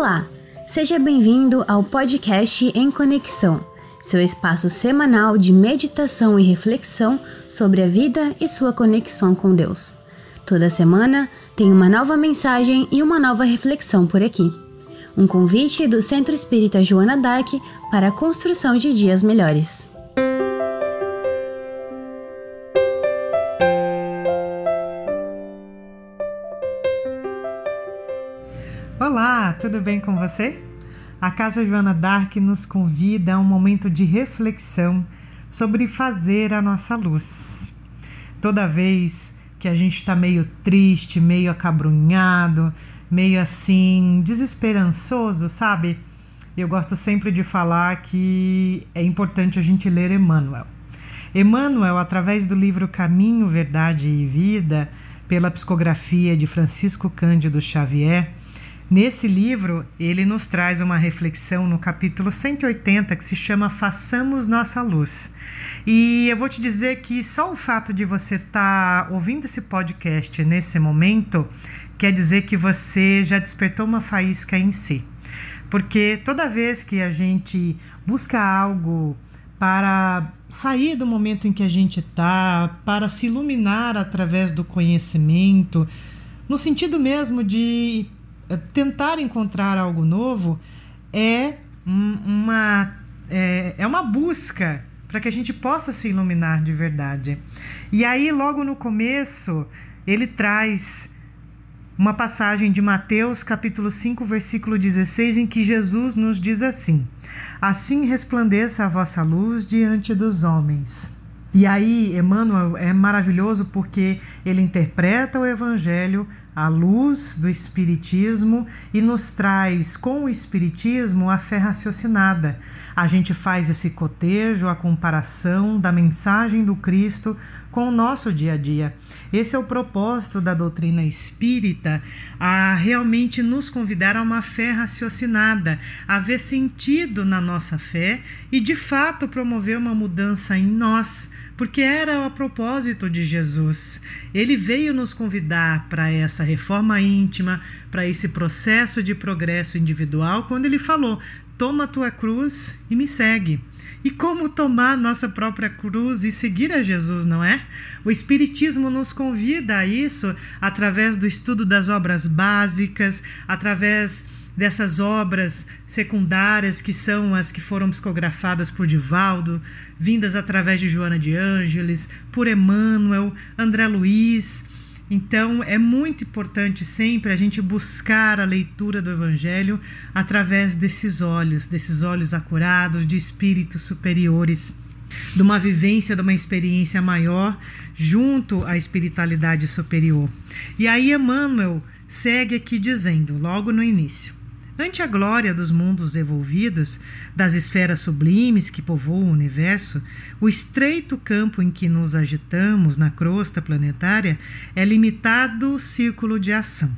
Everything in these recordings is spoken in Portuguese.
Olá, seja bem-vindo ao podcast Em Conexão, seu espaço semanal de meditação e reflexão sobre a vida e sua conexão com Deus. Toda semana tem uma nova mensagem e uma nova reflexão por aqui. Um convite do Centro Espírita Joana d'Arc para a construção de dias melhores. Olá, tudo bem com você? A Casa Joana d'Arc nos convida a um momento de reflexão sobre fazer a nossa luz. Toda vez que a gente está meio triste, meio acabrunhado, meio assim, desesperançoso, sabe? Eu gosto sempre de falar que é importante a gente ler Emmanuel. Emmanuel, através do livro Caminho, Verdade e Vida, pela psicografia de Francisco Cândido Xavier, nesse livro, ele nos traz uma reflexão no capítulo 180 que se chama Façamos Nossa Luz. E eu vou te dizer que só o fato de você estar ouvindo esse podcast nesse momento quer dizer que você já despertou uma faísca em si. Porque toda vez que a gente busca algo para sair do momento em que a gente está, para se iluminar através do conhecimento, no sentido mesmo de tentar encontrar algo novo, é uma busca para que a gente possa se iluminar de verdade. E aí, logo no começo, ele traz uma passagem de Mateus, capítulo 5, versículo 16, em que Jesus nos diz assim: assim resplandeça a vossa luz diante dos homens. E aí, Emmanuel é maravilhoso porque ele interpreta o Evangelho à luz do Espiritismo e nos traz com o Espiritismo a fé raciocinada. A gente faz esse cotejo, a comparação da mensagem do Cristo com o nosso dia a dia. Esse é o propósito da doutrina espírita, a realmente nos convidar a uma fé raciocinada, a ver sentido na nossa fé e de fato promover uma mudança em nós, porque era o propósito de Jesus. Ele veio nos convidar para essa reforma íntima, para esse processo de progresso individual, quando ele falou: toma a tua cruz e me segue. E como tomar nossa própria cruz e seguir a Jesus, não é? O Espiritismo nos convida a isso através do estudo das obras básicas, através dessas obras secundárias que são as que foram psicografadas por Divaldo, vindas através de Joana de Ângeles, por Emmanuel, André Luiz. Então é muito importante sempre a gente buscar a leitura do Evangelho através desses olhos acurados de espíritos superiores, de uma vivência, de uma experiência maior junto à espiritualidade superior. E aí Emmanuel segue aqui dizendo, logo no início: ante a glória dos mundos evolvidos, das esferas sublimes que povoam o universo, o estreito campo em que nos agitamos na crosta planetária é limitado círculo de ação.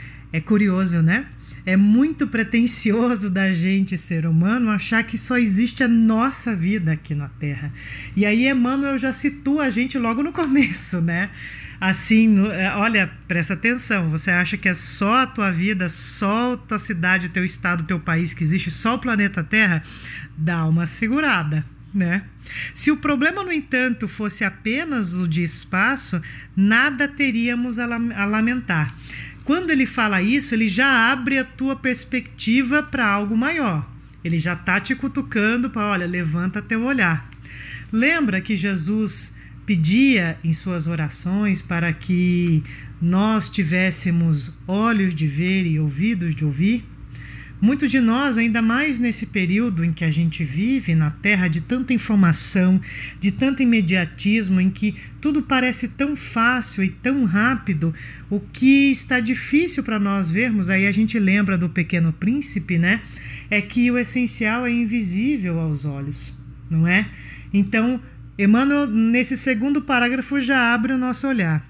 É curioso, né? É muito pretensioso da gente, ser humano, achar que só existe a nossa vida aqui na Terra. E aí Emmanuel já situa a gente logo no começo, né? Assim, olha, presta atenção, você acha que é só a tua vida, só a tua cidade, teu estado, teu país, que existe só o planeta Terra? Dá uma segurada, né? Se o problema, no entanto, fosse apenas o de espaço, nada teríamos a lamentar. Quando ele fala isso, ele já abre a tua perspectiva para algo maior. Ele já está te cutucando para, olha, levanta teu olhar. Lembra que Jesus pedia em suas orações para que nós tivéssemos olhos de ver e ouvidos de ouvir? Muitos de nós, ainda mais nesse período em que a gente vive na Terra, de tanta informação, de tanto imediatismo, em que tudo parece tão fácil e tão rápido, o que está difícil para nós vermos, aí a gente lembra do Pequeno Príncipe, né? É que o essencial é invisível aos olhos, não é? Então, Emmanuel, nesse segundo parágrafo, já abre o nosso olhar.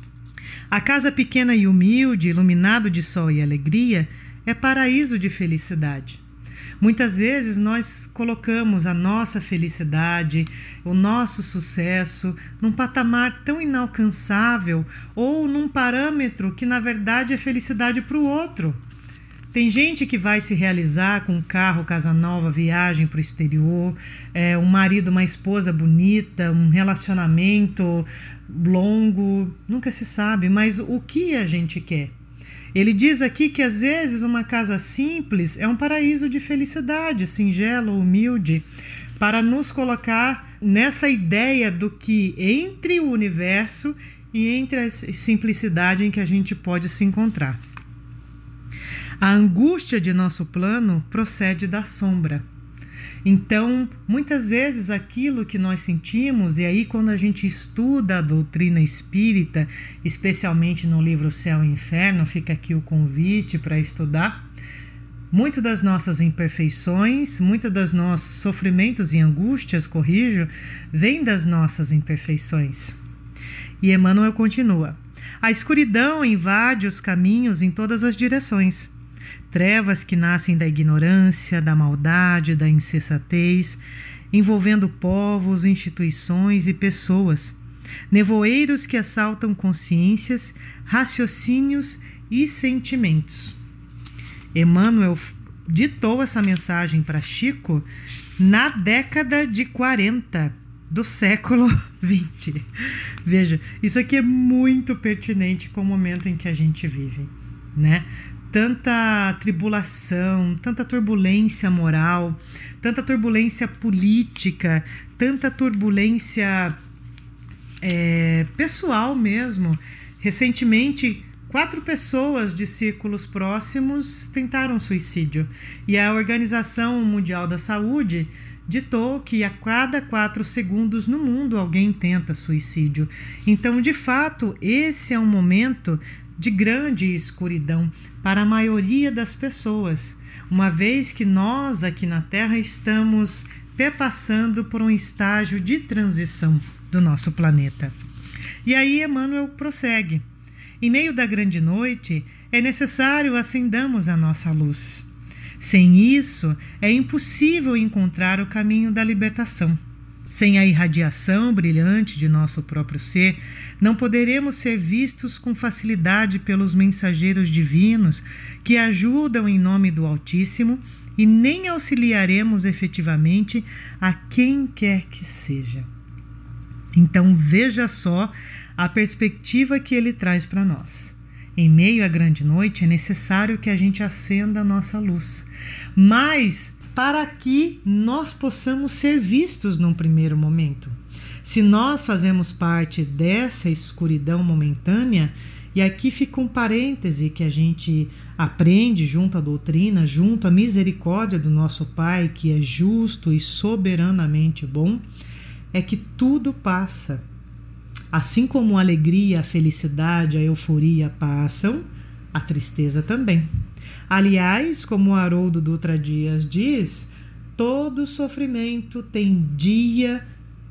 A casa pequena e humilde, iluminado de sol e alegria, é paraíso de felicidade. Muitas vezes nós colocamos a nossa felicidade, o nosso sucesso, num patamar tão inalcançável ou num parâmetro que, na verdade, é felicidade para o outro. Tem gente que vai se realizar com um carro, casa nova, viagem para o exterior, um marido, uma esposa bonita, um relacionamento longo, nunca se sabe, mas o que a gente quer? Ele diz aqui que às vezes uma casa simples é um paraíso de felicidade, singelo, humilde, para nos colocar nessa ideia do que entre o universo e entre a simplicidade em que a gente pode se encontrar. A angústia de nosso plano procede da sombra. Então, muitas vezes aquilo que nós sentimos, e aí quando a gente estuda a doutrina espírita, especialmente no livro Céu e Inferno, fica aqui o convite para estudar, muitas das nossas imperfeições, muitos dos nossos sofrimentos e angústias, vêm das nossas imperfeições. E Emmanuel continua: a escuridão invade os caminhos em todas as direções. Trevas que nascem da ignorância, da maldade, da insensatez, envolvendo povos, instituições e pessoas. Nevoeiros que assaltam consciências, raciocínios e sentimentos. Emmanuel ditou essa mensagem para Chico na década de 40 do século XX. Veja, isso aqui é muito pertinente com o momento em que a gente vive, né? Tanta tribulação, tanta turbulência moral, tanta turbulência política, tanta turbulência pessoal mesmo. Recentemente, 4 pessoas de círculos próximos tentaram suicídio. E a Organização Mundial da Saúde ditou que a cada 4 segundos no mundo alguém tenta suicídio. Então, de fato, esse é um momento de grande escuridão para a maioria das pessoas, uma vez que nós aqui na Terra estamos perpassando por um estágio de transição do nosso planeta. E aí Emmanuel prossegue: em meio da grande noite é necessário acendamos a nossa luz. Sem isso é impossível encontrar o caminho da libertação. Sem a irradiação brilhante de nosso próprio ser, não poderemos ser vistos com facilidade pelos mensageiros divinos que ajudam em nome do Altíssimo e nem auxiliaremos efetivamente a quem quer que seja. Então veja só a perspectiva que ele traz para nós. Em meio à grande noite é necessário que a gente acenda a nossa luz. Mas para que nós possamos ser vistos num primeiro momento. Se nós fazemos parte dessa escuridão momentânea, e aqui fica um parêntese que a gente aprende junto à doutrina, junto à misericórdia do nosso Pai, que é justo e soberanamente bom, é que tudo passa. Assim como a alegria, a felicidade, a euforia passam, a tristeza também. Aliás, como o Haroldo Dutra Dias diz, todo sofrimento tem dia,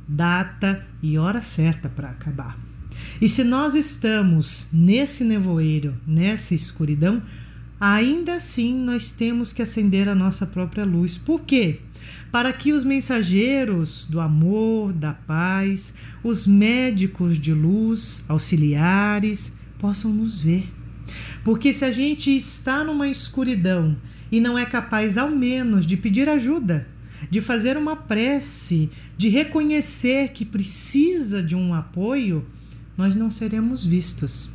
data e hora certa para acabar. E se nós estamos nesse nevoeiro, nessa escuridão, ainda assim nós temos que acender a nossa própria luz. Por quê? Para que os mensageiros do amor, da paz, os médicos de luz, auxiliares, possam nos ver. Porque se a gente está numa escuridão e não é capaz ao menos de pedir ajuda, de fazer uma prece, de reconhecer que precisa de um apoio, nós não seremos vistos.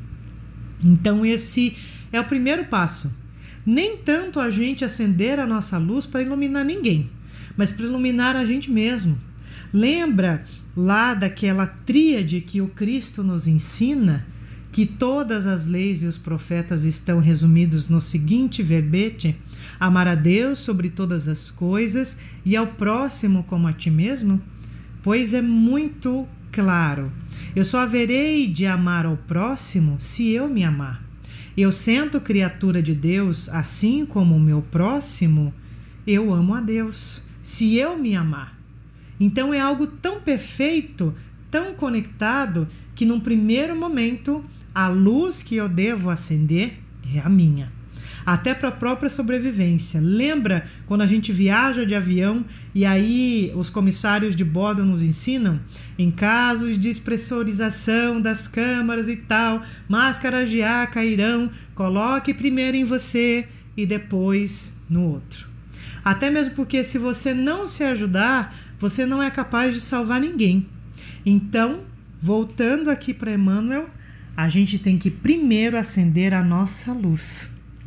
Então esse é o primeiro passo. Nem tanto a gente acender a nossa luz para iluminar ninguém, mas para iluminar a gente mesmo. Lembra lá daquela tríade que o Cristo nos ensina, que todas as leis e os profetas estão resumidos no seguinte verbete: amar a Deus sobre todas as coisas e ao próximo como a ti mesmo? Pois é muito claro. Eu só haverei de amar ao próximo se eu me amar. Eu, sendo criatura de Deus, assim como o meu próximo, eu amo a Deus, se eu me amar. Então é algo tão perfeito, tão conectado, que num primeiro momento a luz que eu devo acender é a minha. Até para a própria sobrevivência. Lembra quando a gente viaja de avião e aí os comissários de bordo nos ensinam? Em casos de despressurização das câmaras e tal, máscaras de ar cairão, coloque primeiro em você e depois no outro. Até mesmo porque se você não se ajudar, você não é capaz de salvar ninguém. Então, voltando aqui para Emmanuel, a gente tem que primeiro acender a nossa luz.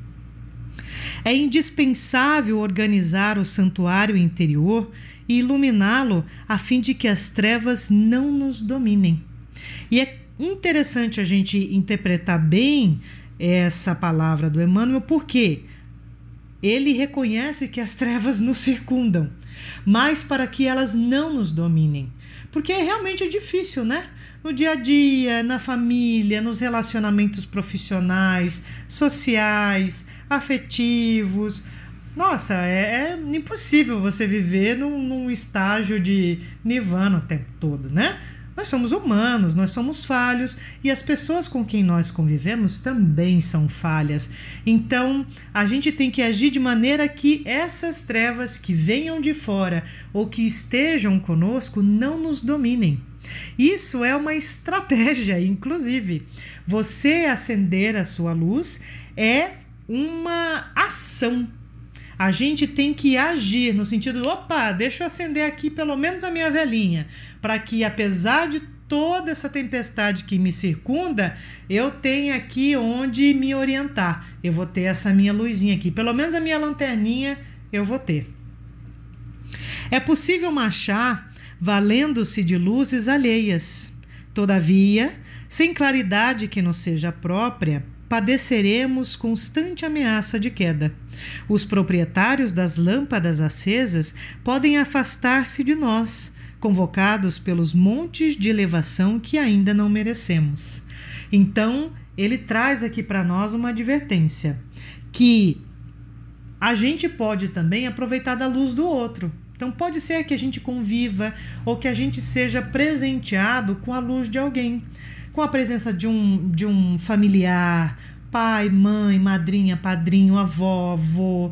É indispensável organizar o santuário interior e iluminá-lo a fim de que as trevas não nos dominem. E é interessante a gente interpretar bem essa palavra do Emmanuel, porque ele reconhece que as trevas nos circundam, mas para que elas não nos dominem. Porque realmente é difícil, né? No dia a dia, na família, nos relacionamentos profissionais, sociais, afetivos. Nossa, é impossível você viver num estágio de nirvana o tempo todo, né? Nós somos humanos, nós somos falhos e as pessoas com quem nós convivemos também são falhas. Então, a gente tem que agir de maneira que essas trevas que venham de fora ou que estejam conosco não nos dominem. Isso é uma estratégia, inclusive. Você acender a sua luz é uma ação. A gente tem que agir no sentido, opa, deixa eu acender aqui pelo menos a minha velinha, para que apesar de toda essa tempestade que me circunda, eu tenha aqui onde me orientar. Eu vou ter essa minha luzinha aqui, pelo menos a minha lanterninha eu vou ter. É possível marchar valendo-se de luzes alheias. Todavia, sem claridade que nos seja própria, padeceremos constante ameaça de queda. Os proprietários das lâmpadas acesas podem afastar-se de nós, convocados pelos montes de elevação que ainda não merecemos. Então, ele traz aqui para nós uma advertência, que a gente pode também aproveitar da luz do outro. Então, pode ser que a gente conviva ou que a gente seja presenteado com a luz de alguém, com a presença de um familiar, pai, mãe, madrinha, padrinho, avó, avô,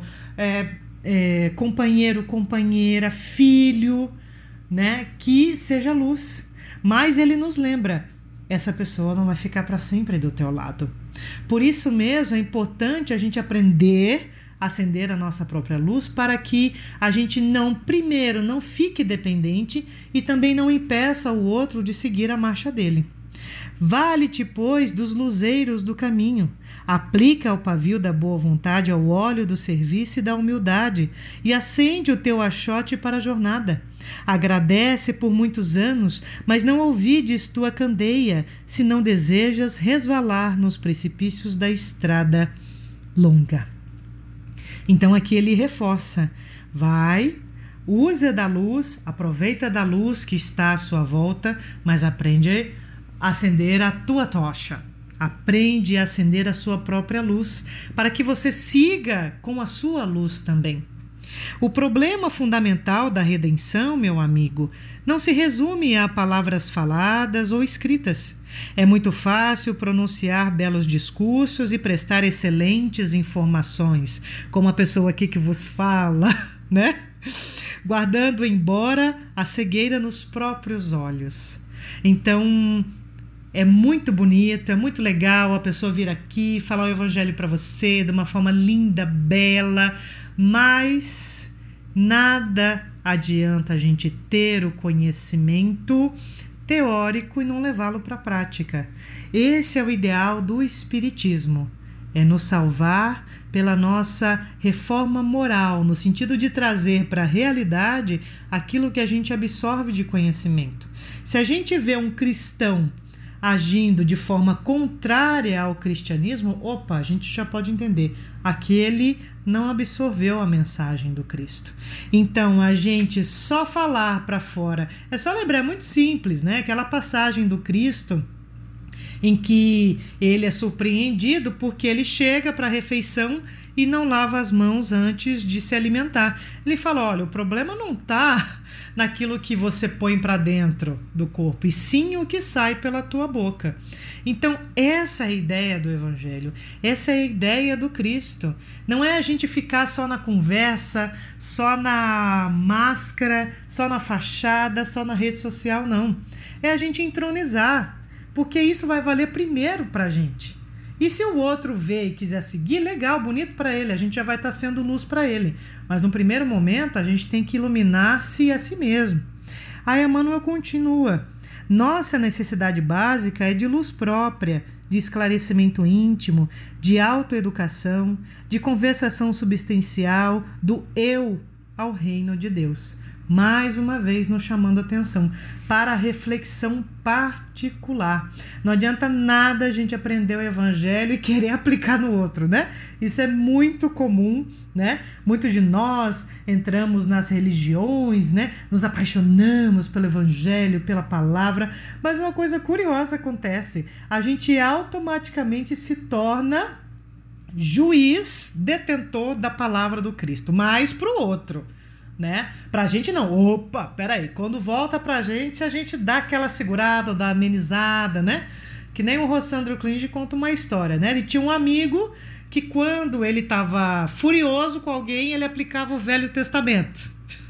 companheiro, companheira, filho, né? Que seja luz. Mas ele nos lembra, essa pessoa não vai ficar para sempre do teu lado. Por isso mesmo é importante a gente aprender a acender a nossa própria luz para que a gente não fique dependente e também não impeça o outro de seguir a marcha dele. Vale-te, pois, dos luzeiros do caminho. Aplica ao pavio da boa vontade ao óleo do serviço e da humildade e acende o teu achote para a jornada. Agradece por muitos anos, mas não ouvides tua candeia, se não desejas resvalar nos precipícios da estrada longa. Então aqui ele reforça, usa da luz, aproveita da luz que está à sua volta, mas aprende a acender a tua tocha. Aprende a acender a sua própria luz, para que você siga com a sua luz também. O problema fundamental da redenção, meu amigo, não se resume a palavras faladas ou escritas. É muito fácil pronunciar belos discursos e prestar excelentes informações, como a pessoa aqui que vos fala, né? Guardando embora a cegueira nos próprios olhos. Então, é muito bonito, é muito legal a pessoa vir aqui falar o evangelho para você de uma forma linda, bela, mas nada adianta a gente ter o conhecimento teórico e não levá-lo para a prática. Esse é o ideal do Espiritismo, é nos salvar pela nossa reforma moral, no sentido de trazer para a realidade aquilo que a gente absorve de conhecimento. Se a gente vê um cristão agindo de forma contrária ao cristianismo, a gente já pode entender, aquele não absorveu a mensagem do Cristo. Então, a gente só falar para fora, é só lembrar, é muito simples, né? Aquela passagem do Cristo em que ele é surpreendido porque ele chega para a refeição e não lava as mãos antes de se alimentar. Ele fala, olha, o problema não está naquilo que você põe para dentro do corpo, e sim o que sai pela tua boca. Então, essa é a ideia do Evangelho, essa é a ideia do Cristo. Não é a gente ficar só na conversa, só na máscara, só na fachada, só na rede social, não. É a gente entronizar, porque isso vai valer primeiro para a gente. E se o outro vê e quiser seguir, legal, bonito para ele, a gente já vai estar sendo luz para ele. Mas no primeiro momento a gente tem que iluminar-se a si mesmo. Aí Emmanuel continua: nossa necessidade básica é de luz própria, de esclarecimento íntimo, de autoeducação, de conversação substancial, do eu ao reino de Deus. Mais uma vez nos chamando a atenção para a reflexão particular. Não adianta nada a gente aprender o evangelho e querer aplicar no outro, né? Isso é muito comum, né? Muitos de nós entramos nas religiões, né? Nos apaixonamos pelo evangelho, pela palavra, mas uma coisa curiosa acontece: a gente automaticamente se torna juiz, detentor da palavra do Cristo, mas para o outro, né? Pra gente não. Opa, peraí. Quando volta pra gente, a gente dá aquela segurada, dá amenizada, né? Que nem o Rossandro Klinge conta uma história, né? Ele tinha um amigo que quando ele estava furioso com alguém, ele aplicava o Velho Testamento.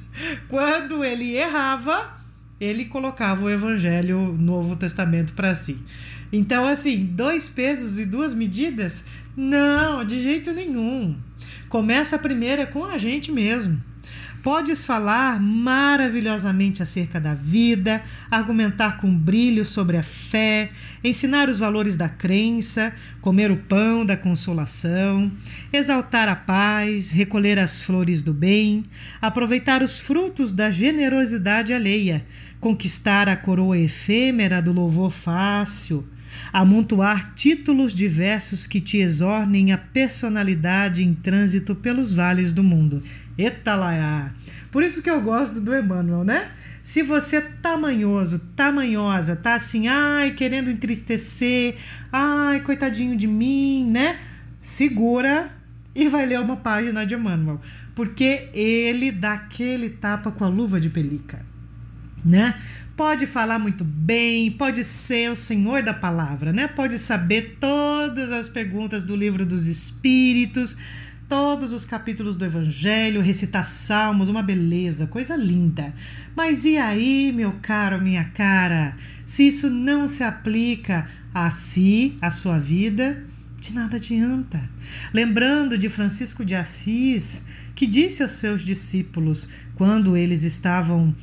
Quando ele errava, ele colocava o Evangelho, o Novo Testamento para si. Então, assim, 2 pesos e 2 medidas? Não, de jeito nenhum. Começa a primeira com a gente mesmo. Podes falar maravilhosamente acerca da vida, argumentar com brilho sobre a fé, ensinar os valores da crença, comer o pão da consolação, exaltar a paz, recolher as flores do bem, aproveitar os frutos da generosidade alheia, conquistar a coroa efêmera do louvor fácil, amontoar títulos diversos que te exornem a personalidade em trânsito pelos vales do mundo. Eita lá! Por isso que eu gosto do Emmanuel, né? Se você tá manhoso, tá manhosa, tá assim, ai, querendo entristecer, ai, coitadinho de mim, né? Segura e vai ler uma página de Emmanuel, porque ele dá aquele tapa com a luva de pelica, né? Pode falar muito bem, pode ser o senhor da palavra, né? Pode saber todas as perguntas do Livro dos Espíritos, todos os capítulos do Evangelho, recitar salmos, uma beleza, coisa linda. Mas e aí, meu caro, minha cara, se isso não se aplica a si, a sua vida, de nada adianta. Lembrando de Francisco de Assis, que disse aos seus discípulos, quando eles estavam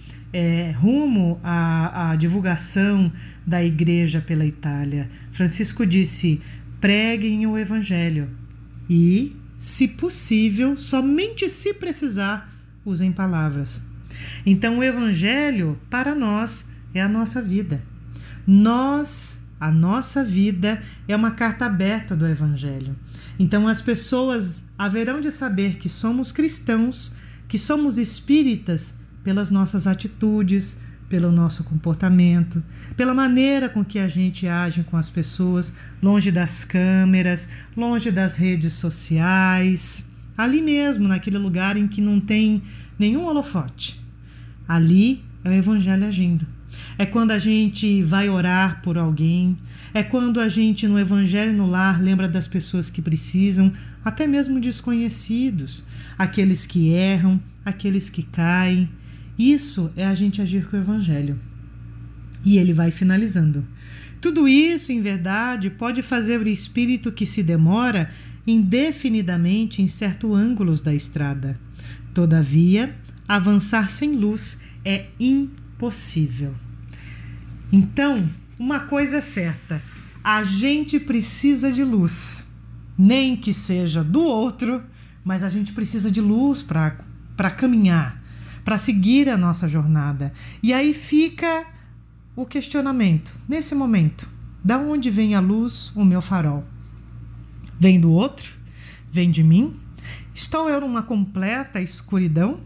rumo à divulgação da igreja pela Itália, Francisco disse: preguem o Evangelho e, se possível, somente se precisar, usem palavras. Então o Evangelho para nós é a nossa vida. A nossa vida é uma carta aberta do Evangelho. Então as pessoas haverão de saber que somos cristãos, que somos espíritas, pelas nossas atitudes, pelo nosso comportamento, pela maneira com que a gente age com as pessoas, longe das câmeras, longe das redes sociais, ali mesmo, naquele lugar em que não tem nenhum holofote. Ali é o Evangelho agindo. É quando a gente vai orar por alguém, é quando a gente no Evangelho no lar lembra das pessoas que precisam, até mesmo desconhecidos, aqueles que erram, aqueles que caem. Isso é a gente agir com o Evangelho. E ele vai finalizando. Tudo isso, em verdade, pode fazer o espírito que se demora indefinidamente em certos ângulos da estrada. Todavia, avançar sem luz é impossível. Então, uma coisa é certa: a gente precisa de luz. Nem que seja do outro, mas a gente precisa de luz para caminhar, para seguir a nossa jornada. E aí fica o questionamento, nesse momento: da onde vem a luz, o meu farol? Vem do outro? Vem de mim? Estou eu numa completa escuridão?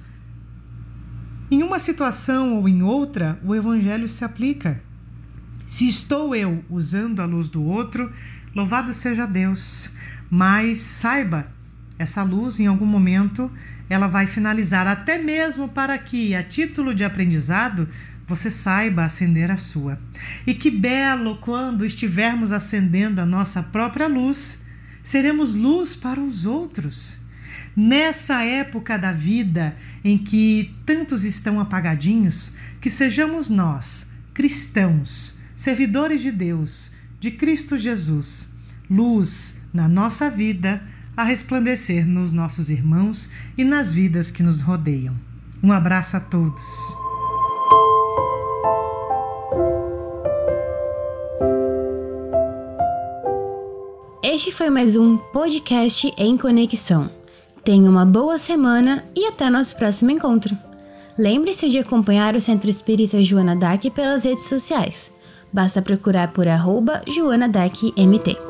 Em uma situação ou em outra, o Evangelho se aplica. Se estou eu usando a luz do outro, louvado seja Deus. Mas saiba, essa luz, em algum momento, ela vai finalizar, até mesmo para que, a título de aprendizado, você saiba acender a sua. E que belo quando estivermos acendendo a nossa própria luz, seremos luz para os outros. Nessa época da vida em que tantos estão apagadinhos, que sejamos nós, cristãos, servidores de Deus, de Cristo Jesus, luz na nossa vida, a resplandecer nos nossos irmãos e nas vidas que nos rodeiam. Um abraço a todos. Este foi mais um podcast em conexão. Tenha uma boa semana e até nosso próximo encontro. Lembre-se de acompanhar o Centro Espírita Joana Dac pelas redes sociais. Basta procurar por @JoanaDacMT.